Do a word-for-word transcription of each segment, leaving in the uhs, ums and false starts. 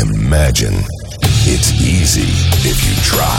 Imagine it's easy if you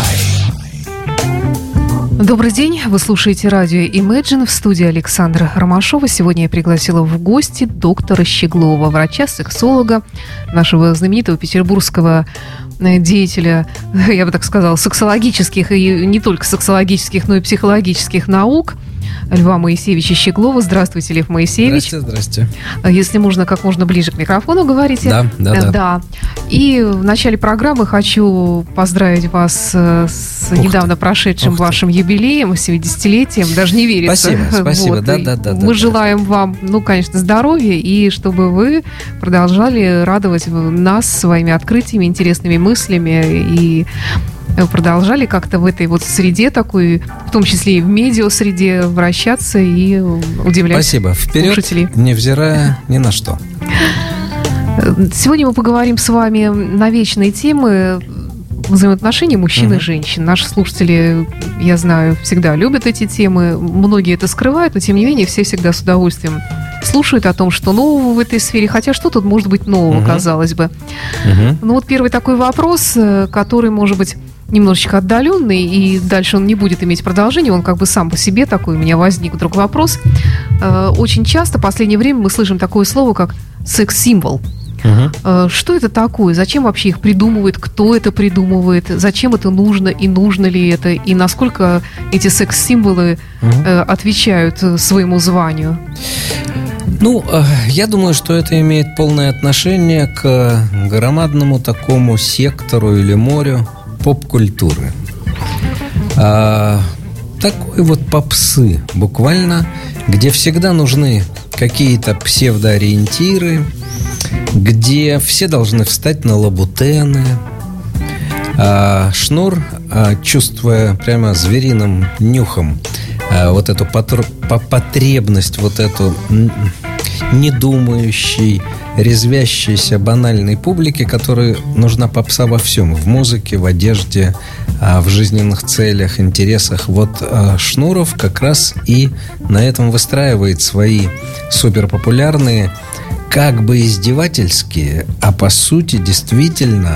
try. Добрый день, вы слушаете радио Imagine, в студии Александра Ромашова. Сегодня я пригласила в гости доктора Щеглова, врача-сексолога, нашего знаменитого петербургского деятеля, я бы так сказала, сексологических и не только сексологических, но и психологических наук, Льва Моисеевича Щеглова. Здравствуйте, Лев Моисеевич. Здравствуйте, здрасте. Если можно, как можно ближе к микрофону говорите. Да, да, да. да. И в начале программы хочу поздравить вас с Ух недавно ты. прошедшим Ух вашим ты. юбилеем, семидесятилетием. Даже не верится. Спасибо, спасибо. Вот. Да, да, да, Мы да, желаем да. вам, ну, конечно, здоровья, и чтобы вы продолжали радовать нас своими открытиями, интересными мыслями и продолжали как-то в этой вот среде такой, в том числе и в медиа-среде, вращаться и удивлять Спасибо. Вперед, слушателей. Невзирая ни на что. Сегодня мы поговорим с вами на вечные темы взаимоотношений мужчин uh-huh. и женщин. Наши слушатели, я знаю, всегда любят эти темы. Многие это скрывают, но тем не менее все всегда с удовольствием слушают о том, что нового в этой сфере. Хотя что тут может быть нового, uh-huh. казалось бы. Uh-huh. Ну вот первый такой вопрос, который, может быть, немножечко отдаленный, и дальше он не будет иметь продолжения, он как бы сам по себе такой. У меня возник вдруг вопрос. Очень часто в последнее время мы слышим такое слово, как секс-символ. Uh-huh. Что это такое? Зачем вообще их придумывают? Кто это придумывает? Зачем это нужно? И нужно ли это? И насколько эти секс-символы uh-huh. отвечают своему званию? Ну, я думаю, что это имеет полное отношение к громадному такому сектору или морю поп-культуры. А, такой вот попсы, буквально, где всегда нужны какие-то псевдоориентиры, где все должны встать на лабутены. А Шнур, а, чувствуя прямо звериным нюхом а, вот эту потр... потребность, вот эту недумающей, резвящейся банальной публике, которой нужна попса во всем: в музыке, в одежде, в жизненных целях, интересах. Вот Шнуров как раз и на этом выстраивает свои суперпопулярные, как бы издевательские, а по сути действительно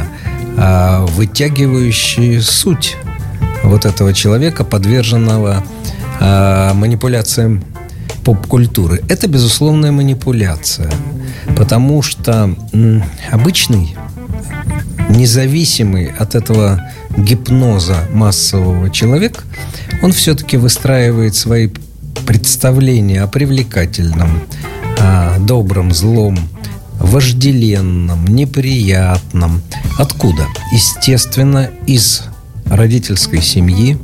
вытягивающие суть вот этого человека, подверженного манипуляциям поп-культуры. Это безусловная манипуляция, потому что м, обычный, независимый от этого гипноза массового человек, он все-таки выстраивает свои представления о привлекательном, о добром, злом, вожделенном, неприятном. Откуда? Естественно, из родительской семьи,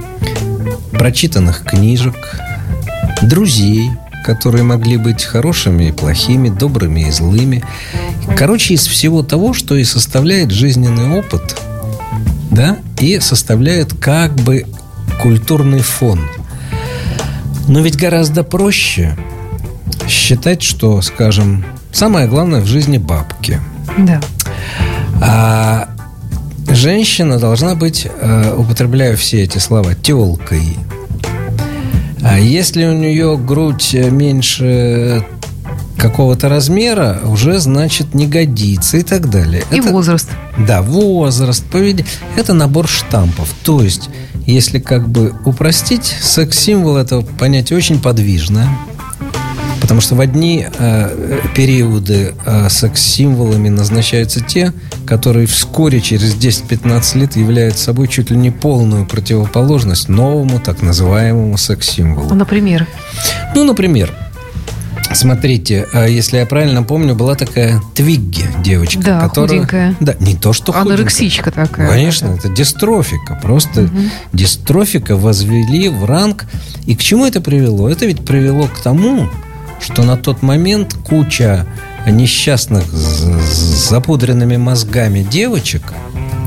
прочитанных книжек, друзей, которые могли быть хорошими и плохими, добрыми и злыми. Короче, из всего того, что и составляет жизненный опыт, да, и составляет как бы культурный фон. Но ведь гораздо проще считать, что, скажем, самое главное в жизни бабки. Да. А женщина должна быть, употребляю все эти слова, тёлкой. А если у нее грудь меньше какого-то размера, уже, значит, не годится и так далее. И это, возраст. Да, возраст, поведение. Это набор штампов. То есть, если как бы упростить, секс-символ — это понятие очень подвижное. Потому что в одни э, периоды э, секс-символами назначаются те, которые вскоре, через десять-пятнадцать лет, являются собой чуть ли не полную противоположность новому так называемому секс-символу. Ну, например? Ну, например, смотрите, если я правильно помню, была такая Твигги, девочка. Да, которая, худенькая. Да, не то, что худенькая. Анорексичка такая. Конечно, это дистрофика. Просто угу. дистрофика возвели в ранг. И к чему это привело? Это ведь привело к тому, что на тот момент куча несчастных с запудренными мозгами девочек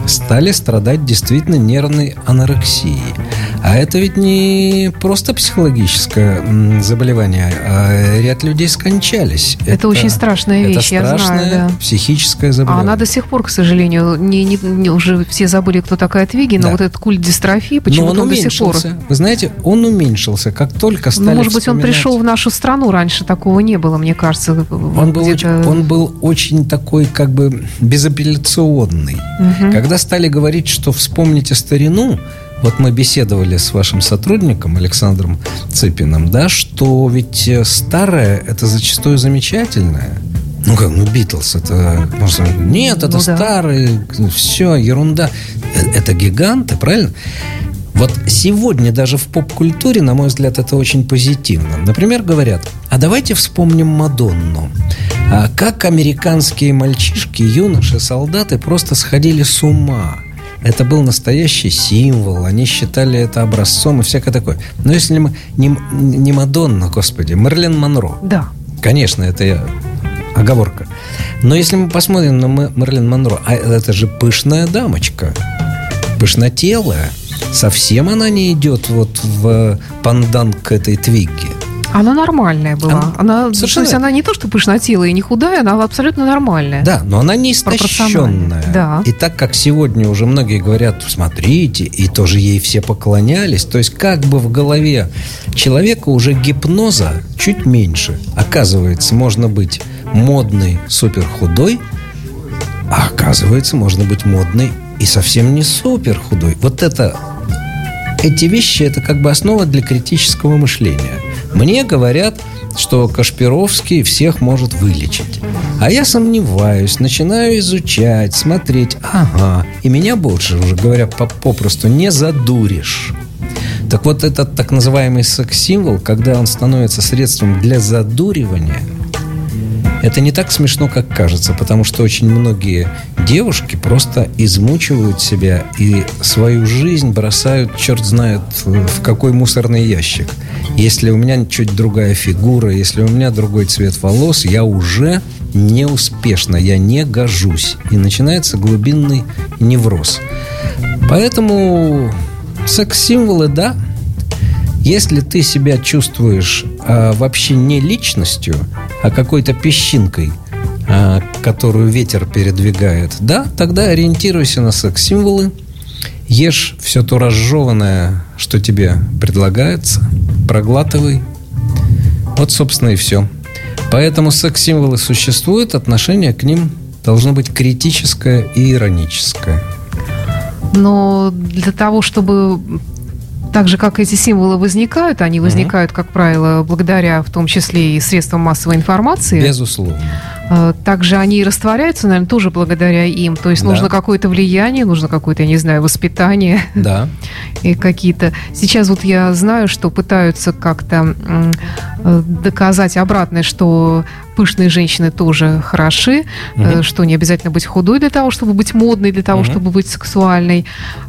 стали страдать действительно нервной анорексией. А это ведь не просто психологическое заболевание, а ряд людей скончались. Это, это очень страшная вещь, это я знаю, да. Психическое заболевание. А она до сих пор, к сожалению, не, не, не, уже все забыли, кто такая Твиги, но да. вот этот культ дистрофии почему-то он до сих пор. Вы знаете, он уменьшился, как только стали Ну, может быть, вспоминать... он пришел в нашу страну, раньше такого не было, мне кажется. Он был, очень, он был очень такой, как бы, безапелляционный. Угу. Когда стали говорить, что вспомните старину, вот мы беседовали с вашим сотрудником Александром Цыпиным, да, что ведь старое – это зачастую замечательное. Ну как, ну Битлз, это... Нет, это ну, старые, да. все, ерунда. Это гиганты, правильно? Вот сегодня даже в поп-культуре, на мой взгляд, это очень позитивно. Например, говорят, а давайте вспомним Мадонну. А как американские мальчишки, юноши, солдаты просто сходили с ума. Это был настоящий символ. Они считали это образцом и всякое такое. Но если мы... Не, не Мадонна, господи, Мерлин Монро. Да. Конечно, это я... оговорка. Но если мы посмотрим на Мерлин Монро, а это же пышная дамочка. Пышнотелая. Совсем она не идет вот в пандан к этой Твигге. Она нормальная была. Она, она, то есть она не то, что пышнотелая и не худая, она абсолютно нормальная. Да, но она не истощенная. Да. И так как сегодня уже многие говорят, смотрите, и тоже ей все поклонялись, то есть как бы в голове человека уже гипноза чуть меньше. Оказывается, можно быть модной, супер худой, а оказывается, можно быть модной и совсем не супер худой. Вот это, эти вещи, это как бы основа для критического мышления. Мне говорят, что Кашпировский всех может вылечить. А я сомневаюсь, начинаю изучать, смотреть. Ага, и меня больше, уже говоря попросту, не задуришь. Так вот, этот так называемый секс-символ, когда он становится средством для задуривания, это не так смешно, как кажется, потому что очень многие девушки просто измучивают себя и свою жизнь бросают, черт знает, в какой мусорный ящик. Если у меня чуть другая фигура, если у меня другой цвет волос, я уже не успешна, я не гожусь. И начинается глубинный невроз. Поэтому секс-символы, да. Если ты себя чувствуешь а, вообще не личностью, а какой-то песчинкой, а, которую ветер передвигает, да, тогда ориентируйся на секс-символы, ешь все то разжеванное, что тебе предлагается, проглатывай. Вот, собственно, и все. Поэтому секс-символы существуют, отношение к ним должно быть критическое и ироническое. Но для того, чтобы... Так же, как эти символы возникают, они возникают, как правило, благодаря, в том числе, и средствам массовой информации. Безусловно. Также они растворяются, наверное, тоже благодаря им. То есть да. нужно какое-то влияние, нужно какое-то, я не знаю, воспитание. Да. И какие-то... Сейчас вот я знаю, что пытаются как-то доказать обратное, что пышные женщины тоже хороши, угу. что не обязательно быть худой для того, чтобы быть модной, для того, угу. чтобы быть сексуальной.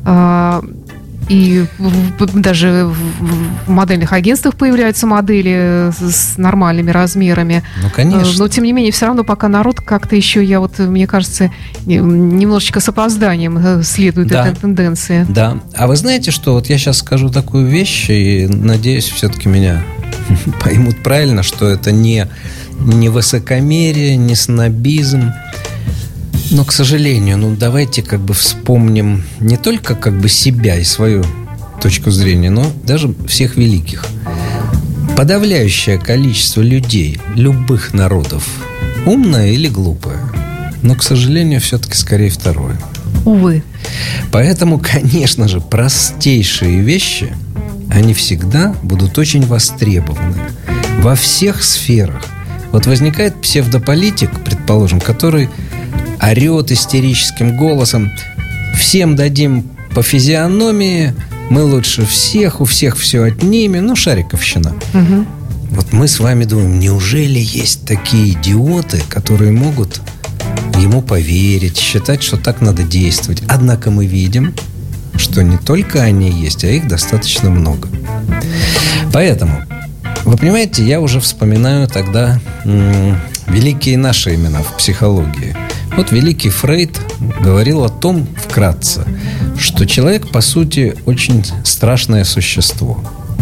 И даже в модельных агентствах появляются модели с нормальными размерами. Ну, конечно. Но, тем не менее, все равно пока народ как-то еще, я вот, мне кажется, немножечко с опозданием следует да. этой тенденции. Да. А вы знаете, что вот я сейчас скажу такую вещь, и надеюсь, все-таки меня поймут правильно, что это не, не высокомерие, не снобизм. Но, к сожалению, ну давайте как бы вспомним не только как бы себя и свою точку зрения, но даже всех великих. Подавляющее количество людей, любых народов, умное или глупое. Но, к сожалению, все-таки скорее второе. Увы. Поэтому, конечно же, простейшие вещи, они всегда будут очень востребованы во всех сферах. Вот возникает псевдополитик, предположим, который орет истерическим голосом: всем дадим по физиономии, мы лучше всех, у всех все отнимем. Ну, шариковщина. Угу. Вот мы с вами думаем, неужели есть такие идиоты, которые могут ему поверить, считать, что так надо действовать? Однако мы видим, что не только они есть, а их достаточно много. Поэтому, вы понимаете, я уже вспоминаю тогда м- великие наши имена в психологии. Вот великий Фрейд говорил о том, в вкратце, что человек, по сути, очень страшное существо.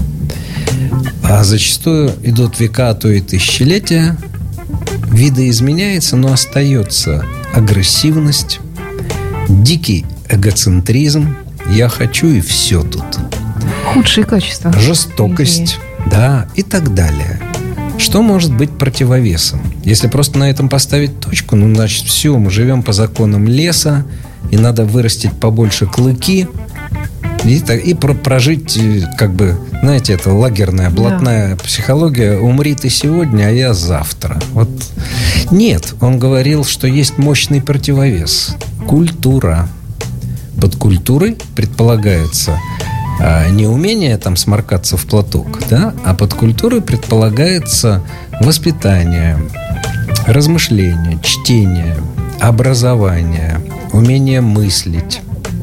А зачастую идут века, а то и тысячелетия, видоизменяется, но остается агрессивность, дикий эгоцентризм, я хочу и все тут. Худшие качества. Жестокость, да, и так далее. Что может быть противовесом? Если просто на этом поставить точку, ну, значит, все, мы живем по законам леса, и надо вырастить побольше клыки, и, и прожить, как бы, знаете, это лагерная, блатная да. психология. Умри ты сегодня, а я завтра. Вот. Нет, он говорил, что есть мощный противовес. Культура. Под культурой предполагается а, не умение там сморкаться в платок, да, а под культурой предполагается воспитание, размышление, чтение, образование, умение мыслить,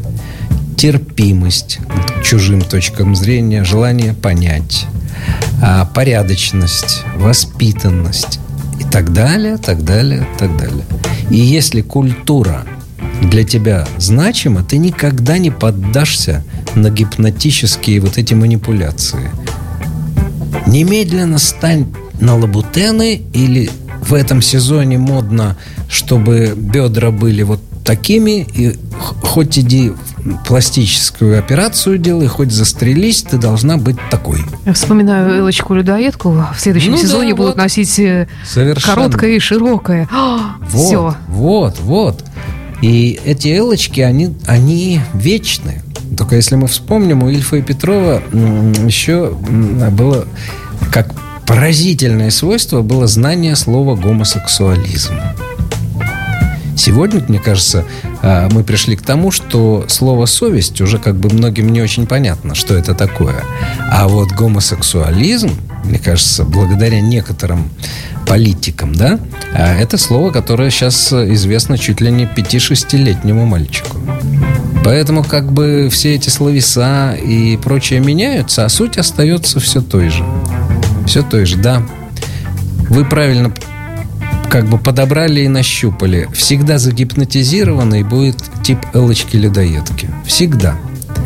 терпимость к чужим точкам зрения, желание понять, а, порядочность, воспитанность и так далее, так далее, так далее. И если культура для тебя значима, ты никогда не поддашься на гипнотические вот эти манипуляции. Немедленно стань на лабутены, или в этом сезоне модно, чтобы бедра были вот такими, и хоть иди пластическую операцию делай, хоть застрелись, ты должна быть такой. Я вспоминаю Элочку-людоедку. В следующем ну, сезоне да, будут вот. носить Совершенно. короткое и широкое. Вот, Все. вот, вот. И эти элочки, они, они вечны. Только если мы вспомним, у Ильфа и Петрова еще было, как поразительное свойство, было знание слова гомосексуализм. Сегодня, мне кажется, мы пришли к тому, что слово «совесть» уже как бы многим не очень понятно, что это такое. А вот гомосексуализм, мне кажется, благодаря некоторым политикам, да, это слово, которое сейчас известно чуть ли не пяти-шестилетнему мальчику. Поэтому как бы все эти словеса и прочее меняются, а суть остается все той же. Все той же, да. Вы правильно как бы подобрали и нащупали. Всегда загипнотизированный будет тип Элочки-людоедки. Всегда.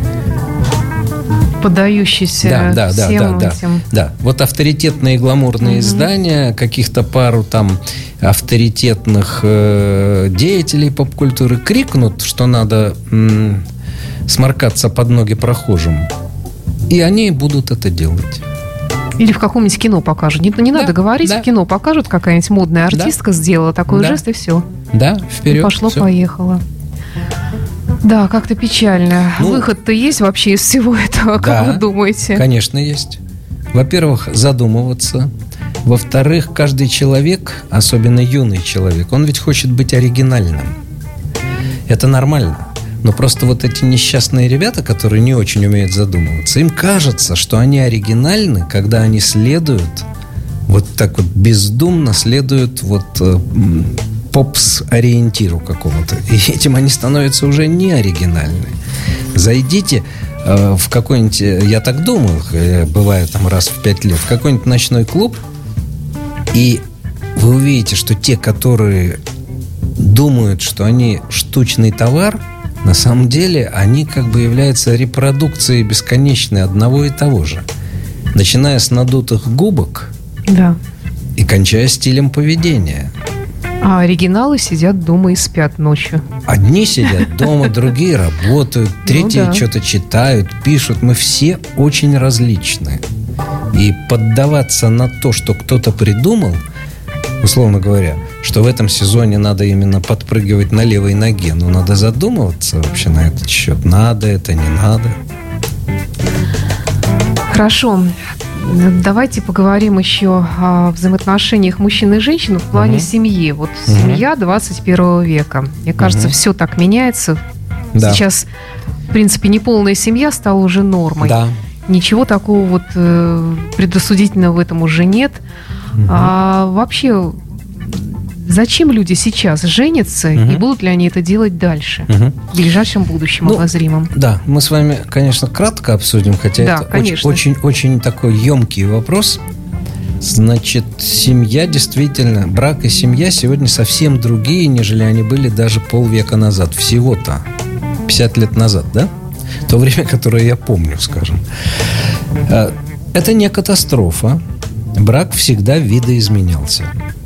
Поддающийся да, да, всем да, да, этим. Да, да. Вот авторитетные гламурные mm-hmm. издания, каких-то пару там авторитетных э, деятелей поп-культуры крикнут, что надо м- сморкаться под ноги прохожим. И они будут это делать. Или в каком-нибудь кино покажут. Не, не да, надо говорить, да. в кино покажут, какая-нибудь модная артистка да. сделала такой да. жест, и все. Да, вперед. И пошло-поехало. Да, как-то печально. Ну, выход-то есть вообще из всего этого, как да, вы думаете? Конечно, есть. Во-первых, задумываться. Во-вторых, каждый человек, особенно юный человек, он ведь хочет быть оригинальным. Это нормально. Но просто вот эти несчастные ребята, которые не очень умеют задумываться, им кажется, что они оригинальны, когда они следуют, вот так вот бездумно следуют вот э, попс-ориентиру какому-то. И этим они становятся уже не оригинальны. Зайдите э, в какой-нибудь, я так думаю, бывает там раз в пять лет, в какой-нибудь ночной клуб, и вы увидите, что те, которые думают, что они штучный товар, на самом деле они как бы являются репродукцией бесконечной одного и того же. Начиная с надутых губок да. и кончая стилем поведения. А оригиналы сидят дома и спят ночью. Одни сидят дома, другие работают, третьи ну, да. что-то читают, пишут. Мы все очень различны. И поддаваться на то, что кто-то придумал, условно говоря, что в этом сезоне надо именно подпрыгивать на левой ноге. Но надо задумываться вообще на этот счет. Надо это, не надо. Хорошо. Давайте поговорим еще о взаимоотношениях мужчин и женщин в плане uh-huh. семьи. Вот uh-huh. семья двадцать первого века. Мне кажется, uh-huh. все так меняется. Да. Сейчас, в принципе, неполная семья стала уже нормой. Да. Ничего такого вот э, предосудительного в этом уже нет. Uh-huh. А вообще, зачем люди сейчас женятся, uh-huh. и будут ли они это делать дальше, uh-huh. в ближайшем будущем, ну, обозримом? Да, мы с вами, конечно, кратко обсудим, хотя да, это очень, очень, очень такой емкий вопрос. Значит, семья действительно, брак и семья сегодня совсем другие, нежели они были даже полвека назад. Всего-то. пятьдесят лет назад, да? То время, которое я помню, скажем. Это не катастрофа. Брак всегда видоизменялся.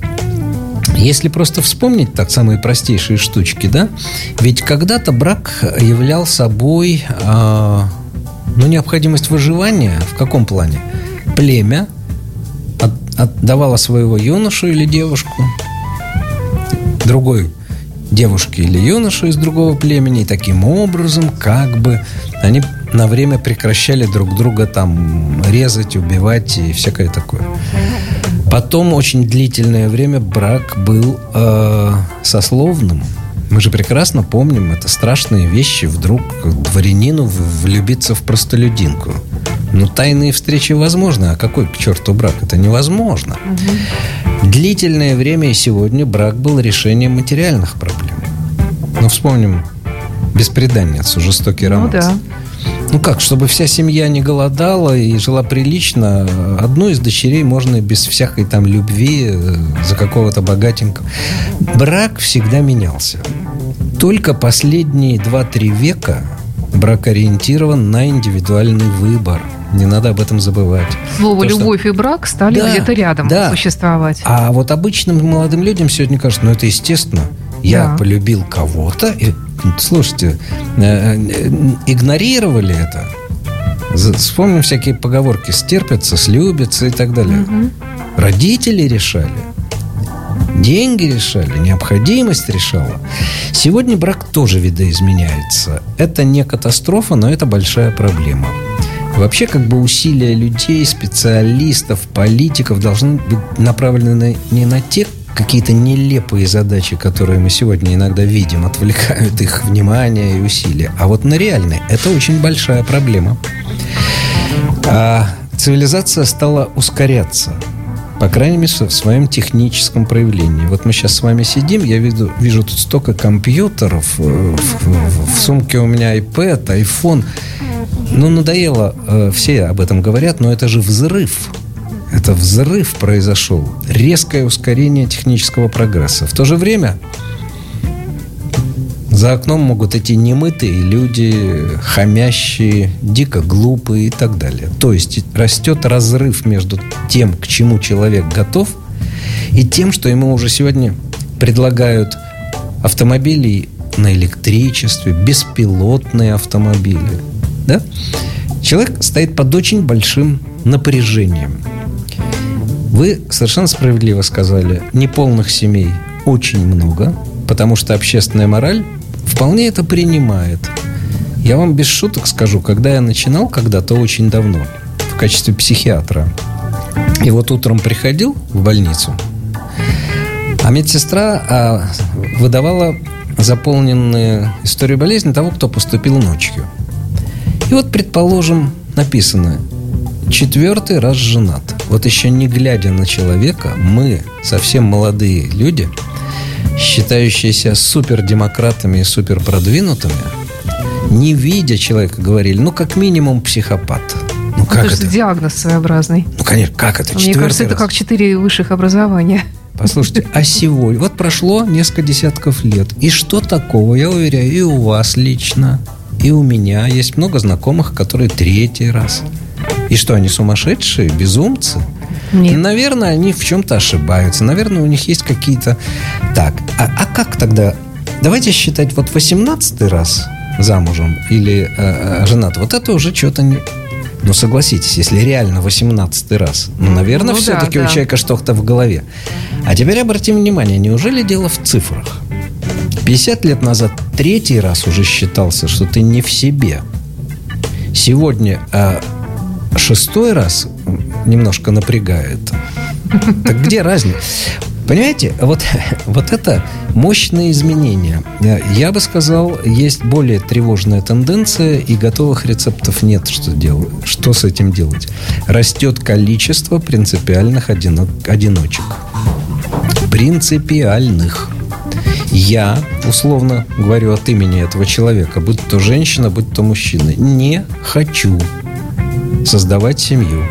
Если просто вспомнить так самые простейшие штучки, да? Ведь когда-то брак являл собой э, ну, необходимость выживания. В каком плане? Племя от, отдавало своего юношу или девушку другой девушке или юношу из другого племени. И таким образом, как бы, они на время прекращали друг друга там резать, убивать и всякое такое. Потом очень длительное время брак был э, сословным. Мы же прекрасно помним, это страшные вещи. Вдруг дворянину влюбиться в простолюдинку. Ну, тайные встречи возможны, а какой к черту брак? Это невозможно. Угу. Длительное время и сегодня брак был решением материальных проблем. Ну, вспомним «Бесприданницу», жестокий романс. Ну, да. Ну как, чтобы вся семья не голодала и жила прилично, одну из дочерей можно без всякой там любви за какого-то богатенького. Брак всегда менялся. Только последние два-три века брак ориентирован на индивидуальный выбор. Не надо об этом забывать. Слово То, «любовь» что... и брак стали да, где-то рядом да. существовать. А вот обычным молодым людям сегодня кажется, ну это естественно. Я да. полюбил кого-то и... Слушайте, игнорировали это. Вспомним всякие поговорки: стерпятся, слюбятся и так далее. Угу. Родители решали, деньги решали, необходимость решала. Сегодня брак тоже видоизменяется. Это не катастрофа, но это большая проблема. Вообще, как бы усилия людей, специалистов, политиков должны быть направлены не на те какие-то нелепые задачи, которые мы сегодня иногда видим, отвлекают их внимание и усилия. А вот на реальные это очень большая проблема. А цивилизация стала ускоряться, по крайней мере, в своем техническом проявлении. Вот мы сейчас с вами сидим, я вижу, вижу тут столько компьютеров, в, в, в сумке у меня iPad, iPhone. Ну, надоело, все об этом говорят, но это же взрыв. Это взрыв произошел. Резкое ускорение технического прогресса. В то же время за окном могут идти немытые люди, хамящие, дико глупые и так далее. То есть растет разрыв между тем, к чему человек готов, и тем, что ему уже сегодня предлагают автомобили на электричестве, беспилотные автомобили. Да? Человек стоит под очень большим напряжением. Вы совершенно справедливо сказали, неполных семей очень много, потому что общественная мораль вполне это принимает. Я вам без шуток скажу, когда я начинал когда-то очень давно в качестве психиатра, и вот утром приходил в больницу, а медсестра а, выдавала заполненные историю болезни того, кто поступил ночью. И вот, предположим, написано: четвертый раз женат. Вот еще не глядя на человека, мы, совсем молодые люди, считающиеся супердемократами и суперпродвинутыми, не видя человека, говорили: ну, как минимум, психопат. Ну, как это? Это же диагноз своеобразный. Ну, конечно, как это? Мне кажется, это как четыре высших образования. Послушайте, а сегодня, вот прошло несколько десятков лет, и что такого, я уверяю, и у вас лично, и у меня есть много знакомых, которые третий раз. И что, они сумасшедшие, безумцы? Нет. Наверное, они в чем-то ошибаются. Наверное, у них есть какие-то... Так, а, а как тогда? Давайте считать вот восемнадцатый раз замужем или э, женат. Вот это уже что-то не... Ну, согласитесь, если реально восемнадцатый раз, ну, наверное, ну, все-таки да, у да. человека что-то в голове. А теперь обратим внимание, неужели дело в цифрах? пятьдесят лет назад третий раз уже считался, что ты не в себе. Сегодня... Э, Шестой раз немножко напрягает. Так где разница? Понимаете, вот, вот это мощные изменения. Я бы сказал, есть более тревожная тенденция, и готовых рецептов нет, что делать, что с этим делать. Растет количество принципиальных одинок, одиночек. Принципиальных. Я, условно говорю от имени этого человека, будь то женщина, будь то мужчина, не хочу создавать семью.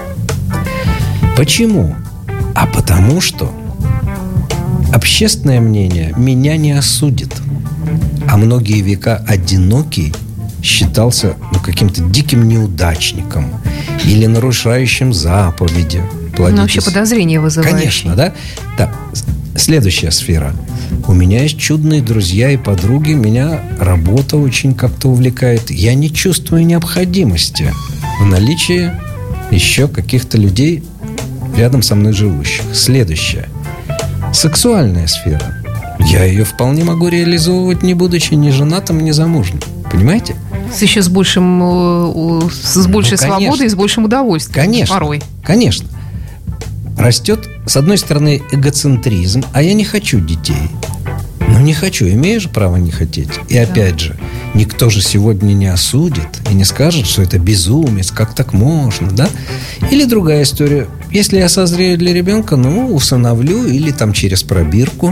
Почему? А потому что общественное мнение меня не осудит. А многие века одинокий считался ну, каким-то диким неудачником или нарушающим заповеди. Ну, вообще подозрение вызывающее. Конечно, да? Да. Следующая сфера. У меня есть чудные друзья и подруги. Меня работа очень как-то увлекает. Я не чувствую необходимости в наличии еще каких-то людей рядом со мной живущих. Следующая. Сексуальная сфера. Я ее вполне могу реализовывать, не будучи ни женатым, ни замужним. Понимаете? С еще с большим, с большей ну, свободой и с большим удовольствием. Конечно. Порой. Конечно. Растет, с одной стороны, эгоцентризм, а я не хочу детей. Ну, не хочу, имею же право не хотеть. И да. опять же, никто же сегодня не осудит и не скажет, что это безумец, как так можно, да? Или другая история. Если я созрею для ребенка, ну, усыновлю или там через пробирку.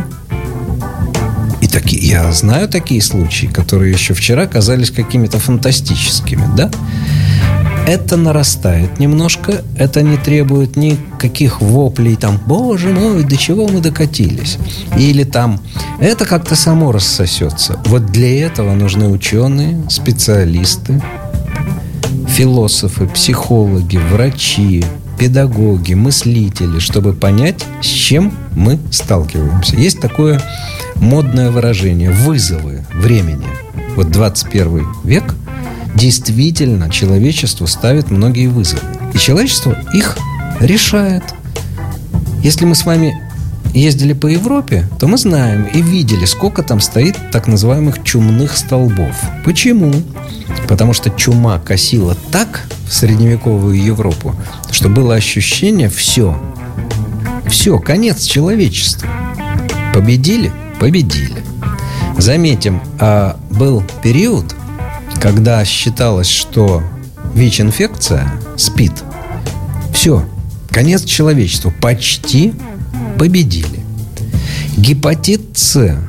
И такие, я знаю такие случаи, которые еще вчера казались какими-то фантастическими, да? Это нарастает немножко, это не требует никаких воплей, там, боже мой, до чего мы докатились. Или там, это как-то само рассосется. Вот для этого нужны ученые, специалисты, философы, психологи, врачи, педагоги, мыслители, чтобы понять, с чем мы сталкиваемся. Есть такое модное выражение – вызовы времени. Вот двадцать первый век – действительно, человечеству ставит многие вызовы. И человечество их решает. Если мы с вами ездили по Европе, то мы знаем и видели, сколько там стоит так называемых чумных столбов. Почему? Потому что чума косила так в средневековую Европу, что было ощущение все. Все, конец человечества. Победили? Победили. Заметим, а был период, когда считалось, что ВИЧ-инфекция, СПИД, все, конец человечеству, почти победили. Гепатит С.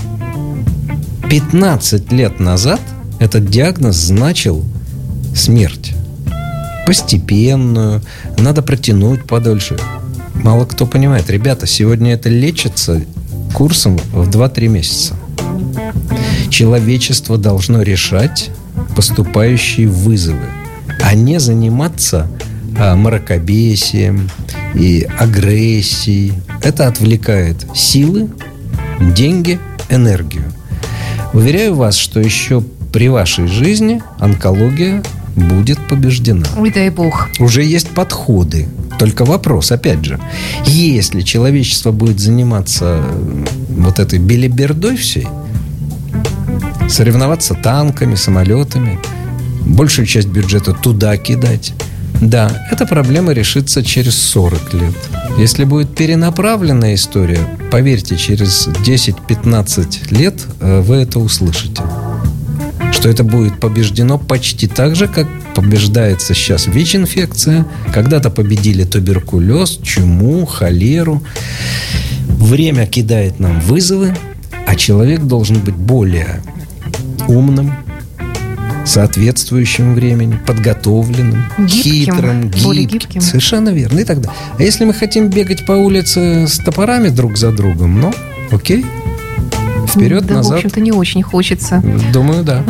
пятнадцать лет назад этот диагноз значил смерть. Постепенную, надо протянуть подольше. Мало кто понимает. Ребята, сегодня это лечится курсом в два-три месяца. Человечество должно решать поступающие вызовы, а не заниматься а, мракобесием и агрессией. Это отвлекает силы, деньги, энергию. Уверяю вас, что еще при вашей жизни онкология будет побеждена. Ой, дай бог. Уже есть подходы. Только вопрос, опять же, если человечество будет заниматься вот этой белибердой всей, соревноваться танками, самолетами, большую часть бюджета туда кидать, да, эта проблема решится через сорок лет. Если будет перенаправленная история, поверьте, через десять-пятнадцать лет вы это услышите. Что это будет побеждено почти так же, как побеждается сейчас ВИЧ-инфекция. Когда-то победили туберкулез, чуму, холеру. Время кидает нам вызовы, а человек должен быть более умным, соответствующим времени, подготовленным, гибким, хитрым, гибким. гибким. Совершенно верно. И так далее. А если мы хотим бегать по улице с топорами друг за другом, ну, окей. Вперед, да, назад. В общем-то, не очень хочется. Думаю, да.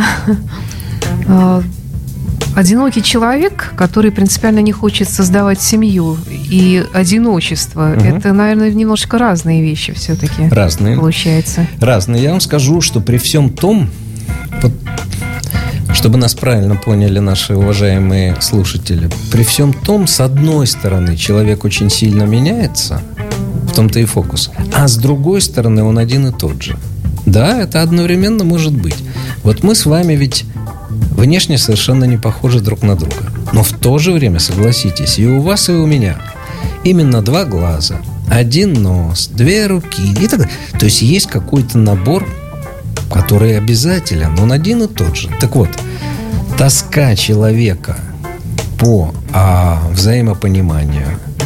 Одинокий человек, который принципиально не хочет создавать семью, и одиночество, угу. это, наверное, немножко разные вещи все-таки. Разные. Получается. Разные. Я вам скажу, что при всем том, вот, чтобы нас правильно поняли наши уважаемые слушатели, при всем том, с одной стороны, человек очень сильно меняется, в том-то и фокус, а с другой стороны, он один и тот же. Да, это одновременно может быть. Вот мы с вами ведь внешне совершенно не похожи друг на друга. Но в то же время, согласитесь, и у вас, и у меня именно два глаза, один нос, две руки и так далее. То есть есть какой-то набор, который обязателен, он один и тот же. Так вот, тоска человека по а, взаимопониманию,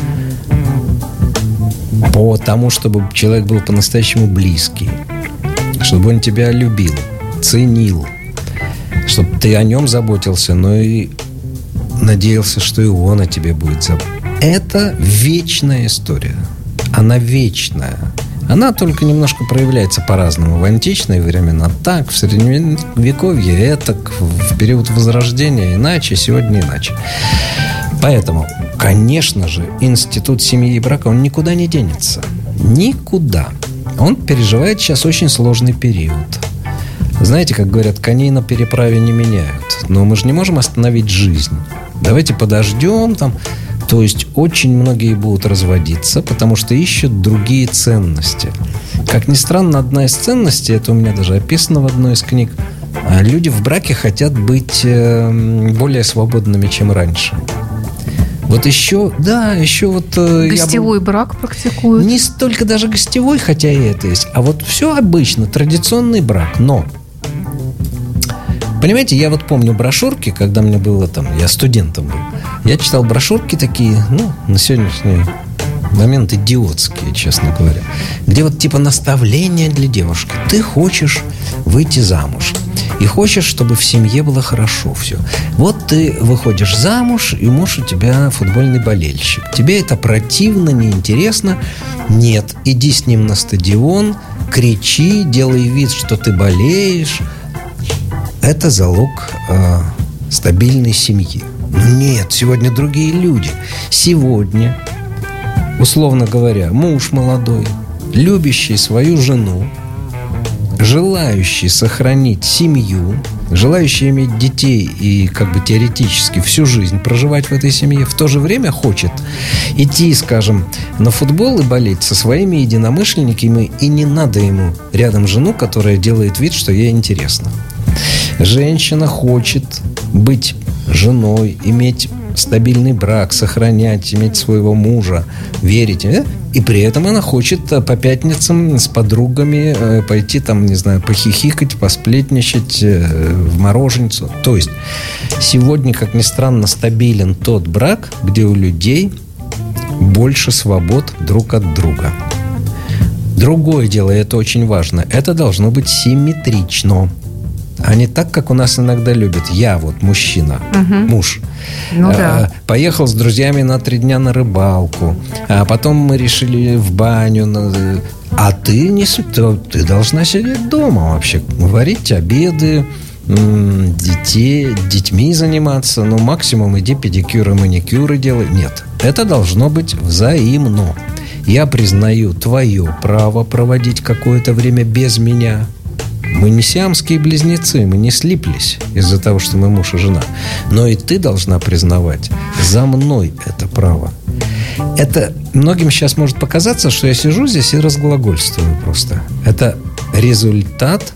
по тому, чтобы человек был по-настоящему близкий, чтобы он тебя любил, ценил, чтобы ты о нем заботился, но и надеялся, что и он о тебе будет заботиться. Это вечная история. Она вечная. Она только немножко проявляется по-разному. В античные времена так, в средневековье это, в период Возрождения иначе, сегодня иначе. Поэтому, конечно же, институт семьи и брака, он никуда не денется. Никуда. Он переживает сейчас очень сложный период. Знаете, как говорят, коней на переправе не меняют. Но мы же не можем остановить жизнь. Давайте подождем там. То есть очень многие будут разводиться, потому что ищут другие ценности. Как ни странно, одна из ценностей, это у меня даже описано в одной из книг, люди в браке хотят быть более свободными, чем раньше. Вот еще, да, еще вот... Гостевой бы, брак практикуют. Не столько даже гостевой, хотя и это есть, а вот все обычно, традиционный брак. Но, понимаете, я вот помню брошюрки, когда мне было там, я студентом был, я читал брошюрки такие, ну, на сегодняшний момент идиотские, честно говоря, где вот типа наставления для девушки. Ты хочешь выйти замуж и хочешь, чтобы в семье было хорошо все. Вот ты выходишь замуж, и муж у тебя футбольный болельщик. Тебе это противно, неинтересно. Нет, иди с ним на стадион, кричи, делай вид, что ты болеешь. Это залог э, стабильной семьи. Но нет, сегодня другие люди. Сегодня, условно говоря, муж молодой, любящий свою жену, желающий сохранить семью, желающий иметь детей и как бы теоретически всю жизнь проживать в этой семье, в то же время хочет идти, скажем, на футбол и болеть со своими единомышленниками, и не надо ему рядом жену, которая делает вид, что ей интересно. Женщина хочет быть женой, иметь стабильный брак, сохранять, иметь своего мужа, верить. Э? И при этом она хочет по пятницам с подругами э, пойти там, не знаю, похихикать, посплетничать э, в мороженицу. То есть сегодня, как ни странно, стабилен тот брак, где у людей больше свобод друг от друга. Другое дело, и это очень важно, это должно быть симметрично. А не так, как у нас иногда любят. Я вот мужчина, угу. муж. Ну, э, да. Поехал с друзьями на три дня на рыбалку. А потом мы решили в баню. На... А ты не ты должна сидеть дома вообще. Варить обеды, детей, детьми заниматься. Ну, максимум иди педикюры, маникюры делай. Нет, это должно быть взаимно. Я признаю твое право проводить какое-то время без меня. Мы не сиамские близнецы, мы не слиплись из-за того, что мы муж и жена. Но и ты должна признавать, за мной это право. Это многим сейчас может показаться, что я сижу здесь и разглагольствую просто. Это результат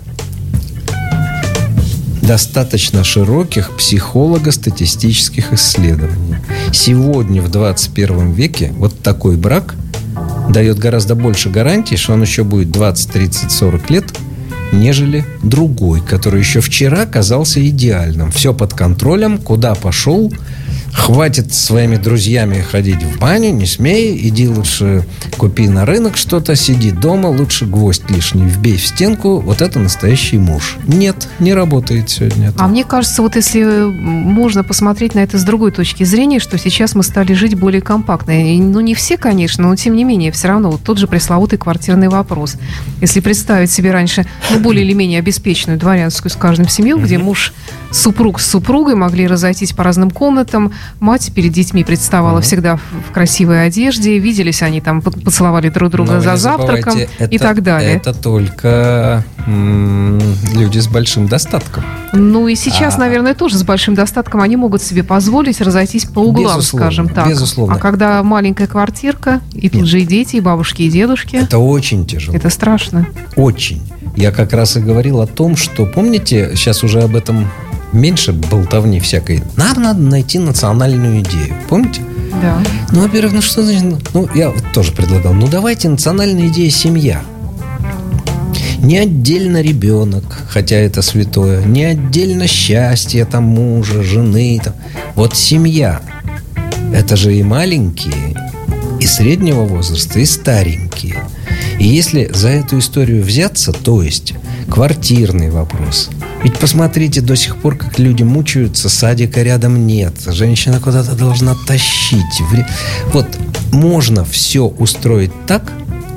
достаточно широких психолого-статистических исследований. Сегодня, в двадцать первом веке, вот такой брак дает гораздо больше гарантий, что он еще будет двадцать, тридцать, сорок лет, нежели другой, который еще вчера казался идеальным. Все под контролем, куда пошел, хватит со своими друзьями ходить в баню, не смей, иди лучше купи на рынок что-то, сиди дома, лучше гвоздь лишний вбей в стенку. Вот это настоящий муж. Нет, не работает сегодня это. А мне кажется, вот если можно посмотреть на это с другой точки зрения, что сейчас мы стали жить более компактно. И, ну, не все, конечно, но тем не менее, все равно вот тот же пресловутый квартирный вопрос. Если представить себе раньше, ну, более или менее обеспеченную дворянскую, скажем, семью, mm-hmm. где муж, супруг с супругой могли разойтись по разным комнатам, мать перед детьми представала mm-hmm. всегда в красивой одежде, виделись они там, поцеловали друг друга Но за завтраком это, и так далее. Это только м- люди с большим достатком. Ну и сейчас, а, наверное, тоже с большим достатком они могут себе позволить разойтись по углам, безусловно, скажем так. Безусловно. А когда маленькая квартирка, и тут Нет. же и дети, и бабушки, и дедушки. Это очень тяжело. Это страшно. Очень. Я как раз и говорил о том, что, помните, сейчас уже об этом меньше болтовни всякой. Нам надо найти национальную идею. Помните? Да. Ну, во-первых, ну что значит... Ну, я тоже предлагал. Ну, давайте национальная идея семья. Не отдельно ребенок, хотя это святое. Не отдельно счастье там мужа, жены. Там. Вот семья. Это же и маленькие, и среднего возраста, и старенькие. И если за эту историю взяться, то есть квартирный вопрос. Ведь посмотрите, до сих пор, как люди мучаются, садика рядом нет. Женщина куда-то должна тащить. Вот можно все устроить так,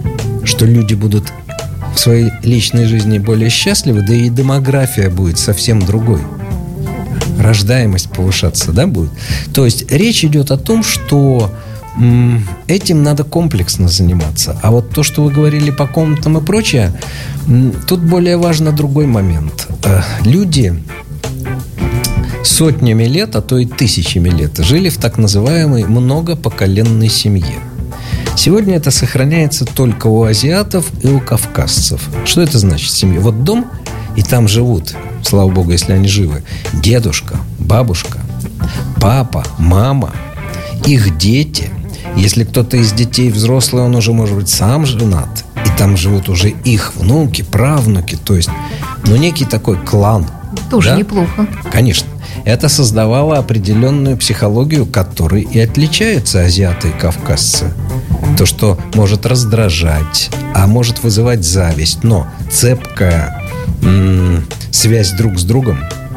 что люди будут в своей личной жизни более счастливы, да и демография будет совсем другой. Рождаемость повышаться, да, будет. То есть речь идет о том, что м, этим надо комплексно заниматься. А вот то, что вы говорили по комнатам и прочее, м, тут более важно другой момент. Э, люди сотнями лет, а то и тысячами лет жили в так называемой многопоколенной семье. Сегодня это сохраняется только у азиатов и у кавказцев. Что это значит семья? Вот дом, и там живут, слава богу, если они живы, дедушка, бабушка, папа, мама, их дети. Если кто-то из детей взрослый, он уже, может быть, сам женат. И там живут уже их внуки, правнуки. То есть, ну, некий такой клан. Тоже да? неплохо. Конечно. Это создавало определенную психологию, которой и отличаются азиаты и кавказцы. То, что может раздражать, а может вызывать зависть. Но цепкая м- связь друг с другом,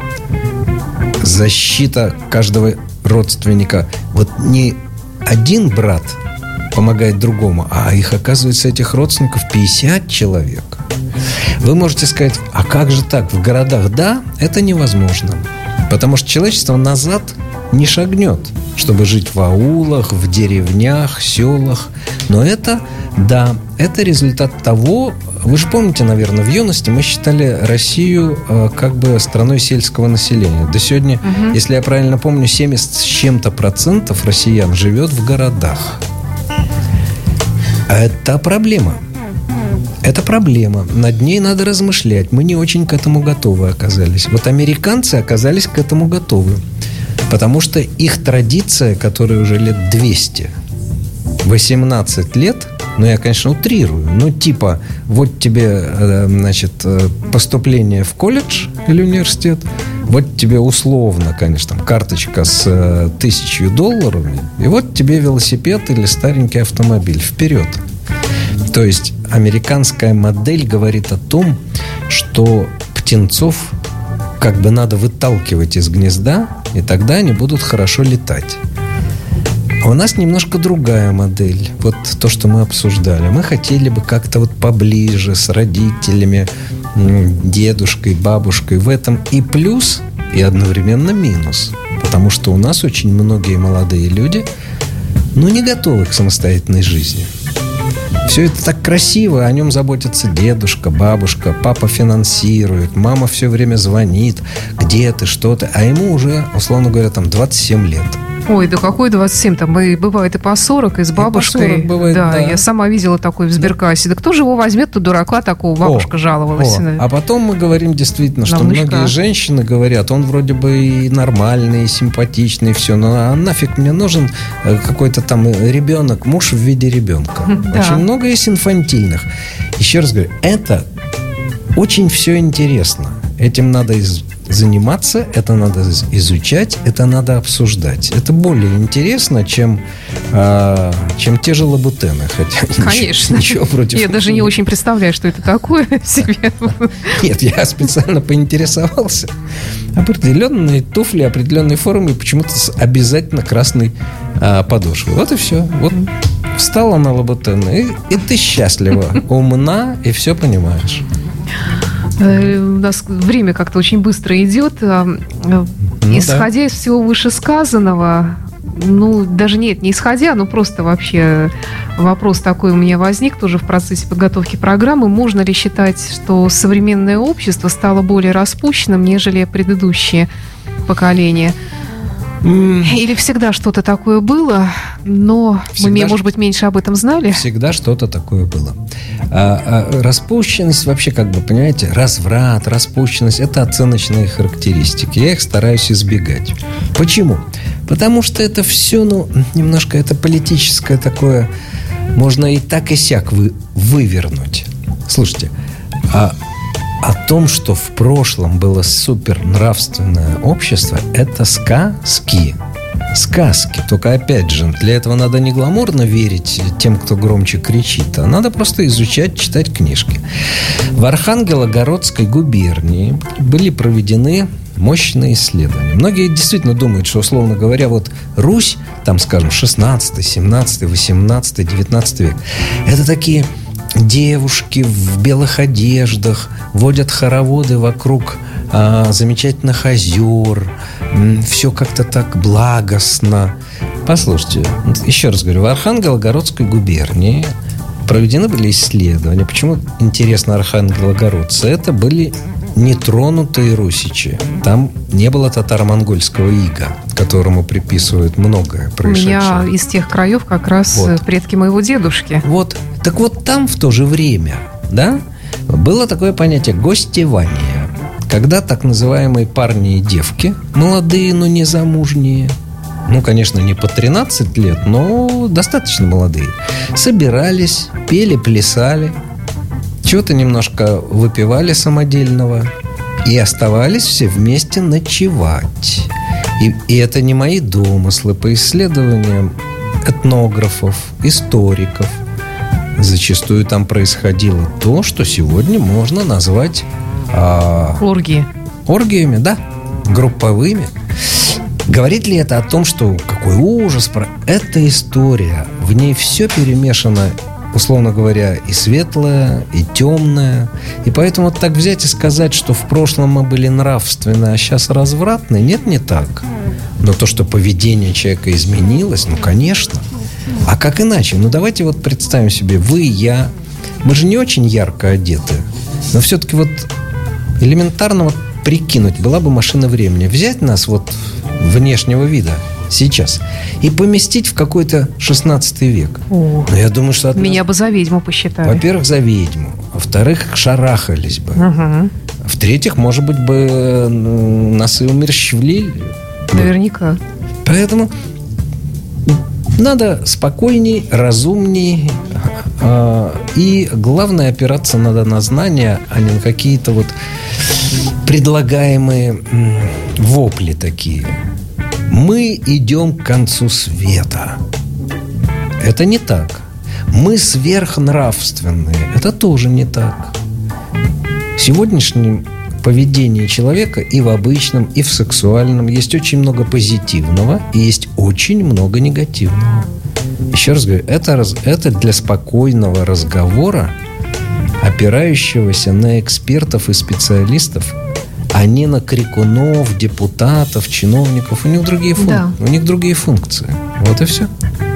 защита каждого родственника. Вот не один брат помогает другому, а их, оказывается, этих родственников пятьдесят человек. Вы можете сказать, а как же так? В городах, да, это невозможно. Потому что человечество назад не шагнет, чтобы жить в аулах, в деревнях, селах. Но это, да, это результат того. Вы же помните, наверное, в юности мы считали Россию э, как бы страной сельского населения. До сегодня, угу. если я правильно помню, семьдесят с чем-то процентов россиян живет в городах. А это проблема. Это проблема. Над ней надо размышлять. Мы не очень к этому готовы оказались. Вот американцы оказались к этому готовы. Потому что их традиция, которая уже лет двести, восемнадцать лет, ну, я, конечно, утрирую, но типа, вот тебе, значит, поступление в колледж или университет, вот тебе условно, конечно, там, карточка с тысячей долларами, и вот тебе велосипед или старенький автомобиль. Вперед! То есть американская модель говорит о том, что птенцов как бы надо выталкивать из гнезда, и тогда они будут хорошо летать. А у нас немножко другая модель. Вот то, что мы обсуждали. Мы хотели бы как-то вот поближе с родителями, дедушкой, бабушкой. В этом и плюс, и одновременно минус. Потому что у нас очень многие молодые люди, ну, не готовы к самостоятельной жизни. Все это так красиво, о нем заботится дедушка, бабушка, папа финансирует, мама все время звонит, где ты, что ты, а ему уже, условно говоря, там двадцать семь лет. Ой, да какой двадцать семь? Там и бывает и по сорок, и с бабушкой. И по сорок бывает, да, да. Я сама видела такой в Сберкассе. Да, да кто же его возьмет-то, дурака такого? Бабушка о, жаловалась. О. Да. А потом мы говорим действительно, На что внучка. Многие женщины говорят, он вроде бы и нормальный, и симпатичный, и все, но а нафиг мне нужен какой-то там ребенок, муж в виде ребенка. Да. Очень много есть инфантильных. Еще раз говорю, это очень все интересно. Этим надо из... заниматься, это надо изучать, это надо обсуждать. Это более интересно, чем, э, чем те же лабутены. Хотя конечно. Ничего, ничего против. Я даже не очень представляю, что это такое себе. Нет, я специально поинтересовался. Определенные туфли, определенной формы, почему-то с обязательно красной э, подошвой. Вот и все. Вот встала на лабутены, и, и ты счастлива, умна, и все понимаешь. У нас время как-то очень быстро идет. Ну, исходя да. из всего вышесказанного, ну, даже нет, не исходя, но просто вообще вопрос такой у меня возник тоже в процессе подготовки программы. Можно ли считать, что современное общество стало более распущенным, нежели предыдущие поколения? Или всегда что-то такое было, но всегда мы, может быть, меньше об этом знали? Всегда что-то такое было. А, а, распущенность вообще, как бы, понимаете, разврат, распущенность – это оценочные характеристики. Я их стараюсь избегать. Почему? Потому что это все, ну, немножко это политическое такое, можно и так, и сяк вы, вывернуть. Слушайте, а о том, что в прошлом было супер нравственное общество, это сказки. Сказки. Только, опять же, для этого надо не гламурно верить тем, кто громче кричит, а надо просто изучать, читать книжки. В Архангелогородской губернии были проведены мощные исследования. Многие действительно думают, что, условно говоря, вот Русь, там, скажем, шестнадцатый, семнадцатый, восемнадцатый, девятнадцатый век, это такие девушки в белых одеждах водят хороводы вокруг а, замечательных озер. Все как-то так благостно. Послушайте, еще раз говорю, в Архангелогородской губернии проведены были исследования. Почему интересно архангелогородцы? Это были нетронутые русичи. Там не было татаро-монгольского ига, которому приписывают многое происшедшее. У меня из тех краев как раз вот предки моего дедушки. Вот. Так вот там в то же время, да, было такое понятие гостевание, когда так называемые парни и девки, молодые, но не замужние, ну, конечно, не по тринадцать лет, но достаточно молодые, собирались, пели, плясали, чего-то немножко выпивали самодельного и оставались все вместе ночевать. И, и это не мои домыслы. По исследованиям этнографов, историков, зачастую там происходило то, что сегодня можно назвать а, оргии. Оргиями, да, групповыми. Говорит ли это о том, что какой ужас? Это история. В ней все перемешано, условно говоря, и светлое, и темное. И поэтому так взять и сказать, что в прошлом мы были нравственны, а сейчас развратны, нет, не так. Но то, что поведение человека изменилось, ну, конечно. А как иначе? Ну, давайте вот представим себе, вы, я, мы же не очень ярко одеты. Но все-таки вот элементарно вот прикинуть, была бы машина времени, взять нас вот внешнего вида сейчас и поместить в какой-то шестнадцатый век. О, но я думаю, что от меня нас... бы за ведьму посчитали. Во-первых, за ведьму. Во-вторых, шарахались бы. Угу. В-третьих, может быть, бы нас и умерщвлили. Наверняка. Поэтому надо спокойней, разумней. Э, и главное, опираться надо на знания, а не на какие-то вот предлагаемые м, вопли такие. Мы идем к концу света. Это не так. Мы сверхнравственные. Это тоже не так. В сегодняшнем поведении человека и в обычном, и в сексуальном есть очень много позитивного и есть очень много негативного. Еще раз говорю, это, это для спокойного разговора, опирающегося на экспертов и специалистов, а не на крикунов, депутатов, чиновников. У них другие, фун... да. У них другие функции. Вот и все.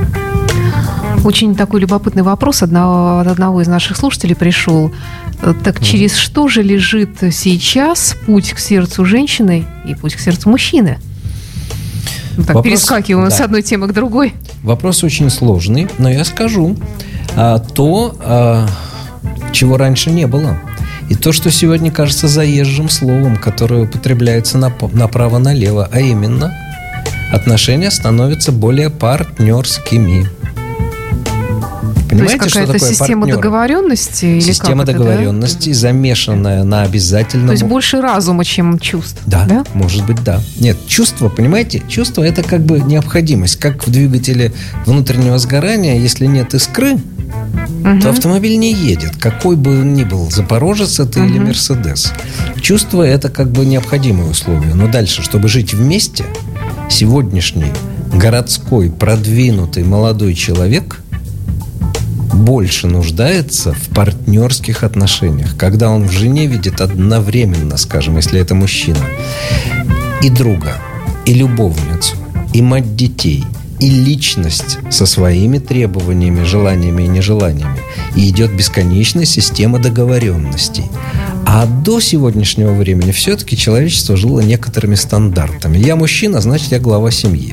Очень такой любопытный вопрос одного, от одного из наших слушателей пришел. Так через mm. что же лежит сейчас путь к сердцу женщины и путь к сердцу мужчины? Так, вопрос, перескакиваем да. с одной темы к другой. Вопрос очень сложный, но я скажу а, то, а, чего раньше не было. И то, что сегодня кажется заезжим словом, которое употребляется направо-налево, а именно отношения становятся более партнерскими. Понимаете, то есть какая-то система партнер? договоренности? Или система как договоренности, это, да? замешанная на обязательном... То есть больше разума, чем чувств? Да, да, может быть, да. Нет, чувство, понимаете, чувство – это как бы необходимость. Как в двигателе внутреннего сгорания, если нет искры, угу. то автомобиль не едет. Какой бы он ни был, Запорожец это угу. или Мерседес. Чувство – это как бы необходимое условие. Но дальше, чтобы жить вместе, сегодняшний городской, продвинутый молодой человек – больше нуждается в партнерских отношениях, когда он в жене видит одновременно, скажем, если это мужчина, и друга, и любовницу, и мать детей, и личность со своими требованиями, желаниями и нежеланиями. И идет бесконечная система договоренностей. А до сегодняшнего времени все-таки человечество жило некоторыми стандартами. Я мужчина, значит, я глава семьи.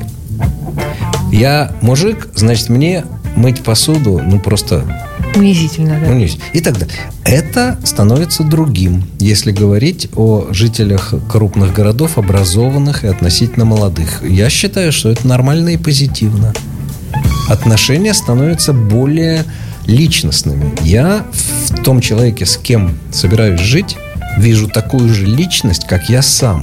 Я мужик, значит, мне... мыть посуду, ну, просто... Унизительно, да? Унизительно. И тогда это становится другим, если говорить о жителях крупных городов, образованных и относительно молодых. Я считаю, что это нормально и позитивно. Отношения становятся более личностными. Я в том человеке, с кем собираюсь жить, вижу такую же личность, как я сам.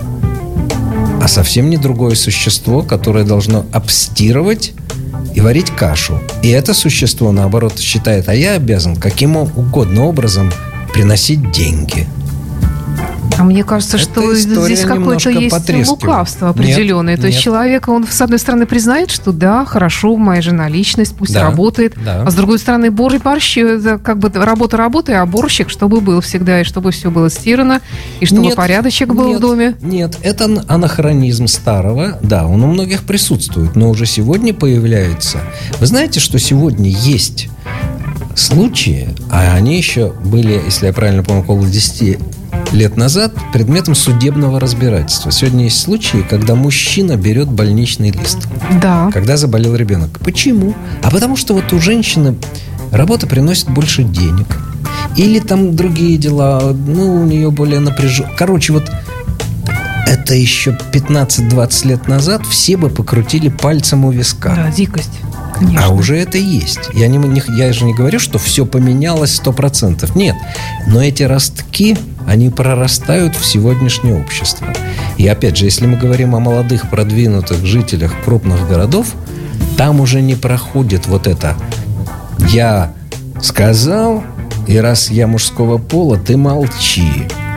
А совсем не другое существо, которое должно обстирывать и варить кашу. И это существо, наоборот, считает, а я обязан каким угодно образом приносить деньги. А мне кажется, что здесь какое-то есть лукавство определенное. Нет, То есть нет. человек, он, с одной стороны, признает, что да, хорошо, моя жена личность, пусть да, работает. Да. А с другой стороны, борщ, борщ, это как бы работа работы, а борщик, чтобы был всегда, и чтобы все было стирано, и чтобы нет, порядочек был нет, в доме. Нет, это анахронизм старого. Да, он у многих присутствует, но уже сегодня появляется. Вы знаете, что сегодня есть случаи, а они еще были, если я правильно помню, около десяти лет назад предметом судебного разбирательства. Сегодня есть случаи, когда мужчина берет больничный лист. Да. Когда заболел ребенок. Почему? А потому что вот у женщины работа приносит больше денег. Или там другие дела, ну, у нее более напряженно. Короче, вот это еще пятнадцать-двадцать лет назад все бы покрутили пальцем у виска. Да, дикость. Конечно. А уже это есть. Я, не, не, я же не говорю, что все поменялось сто процентов. Нет. Но эти ростки, они прорастают в сегодняшнее общество. И опять же, если мы говорим о молодых, продвинутых жителях крупных городов, там уже не проходит вот это «я сказал, и раз я мужского пола, ты молчи».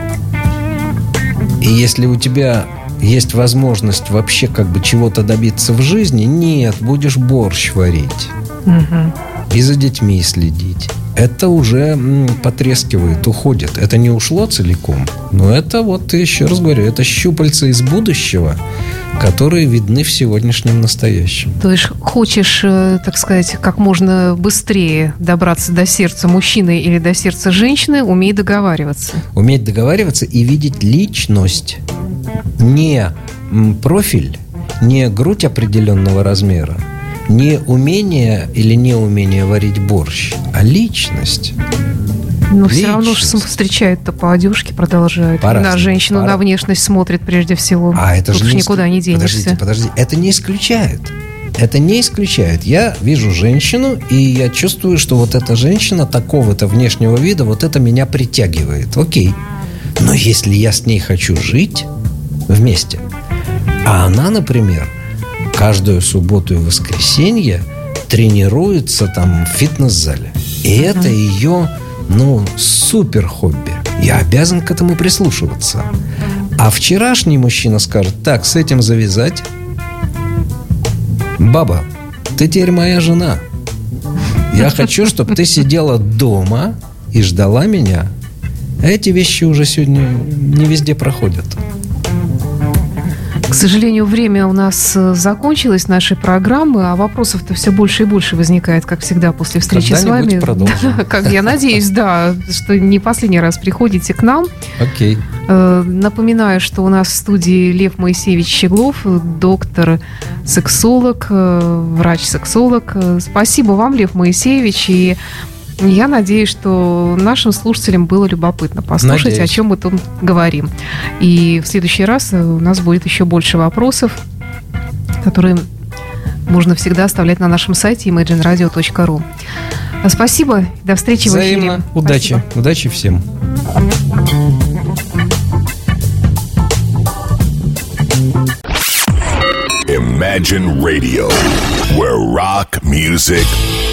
И если у тебя есть возможность вообще как бы чего-то добиться в жизни, нет, будешь борщ варить. Угу. И за детьми следить. Это уже м, потрескивает, уходит. Это не ушло целиком, но это вот, еще раз говорю, это щупальца из будущего, которые видны в сегодняшнем настоящем. То есть хочешь, так сказать, как можно быстрее добраться до сердца мужчины или до сердца женщины, умей договариваться. Уметь договариваться и видеть личность. Не профиль, не грудь определенного размера, не умение или неумение варить борщ, а личность. Но личность. Все равно же встречают-то по одежке, продолжают. На женщину, Пора. на внешность смотрят прежде всего. А это Тут же не никуда не денешься. Подождите, подождите. Это не исключает. Это не исключает. Я вижу женщину, и я чувствую, что вот эта женщина такого-то внешнего вида, вот это меня притягивает. Окей. Но если я с ней хочу жить вместе, а она, например, каждую субботу и воскресенье тренируется там в фитнес-зале, и mm-hmm. это ее, ну, супер хобби. Я обязан к этому прислушиваться. А вчерашний мужчина скажет: так, с этим завязать. Баба, ты теперь моя жена. Я хочу, чтобы ты сидела дома и ждала меня. Эти вещи уже сегодня не везде проходят. К сожалению, время у нас закончилось нашей программы, а вопросов-то все больше и больше возникает, как всегда, после встречи с вами. Продолжим. Как я надеюсь, да, что не последний раз приходите к нам. Окей. Напоминаю, что у нас в студии Лев Моисеевич Щеглов, доктор-сексолог, врач-сексолог. Спасибо вам, Лев Моисеевич, и я надеюсь, что нашим слушателям было любопытно послушать, надеюсь. О чем мы тут говорим. И в следующий раз у нас будет еще больше вопросов, которые можно всегда оставлять на нашем сайте имэджин радио точка ру. Спасибо. До встречи Взаимно. в эфире. Удачи. Спасибо. Удачи всем. Imagine Radio, where rock music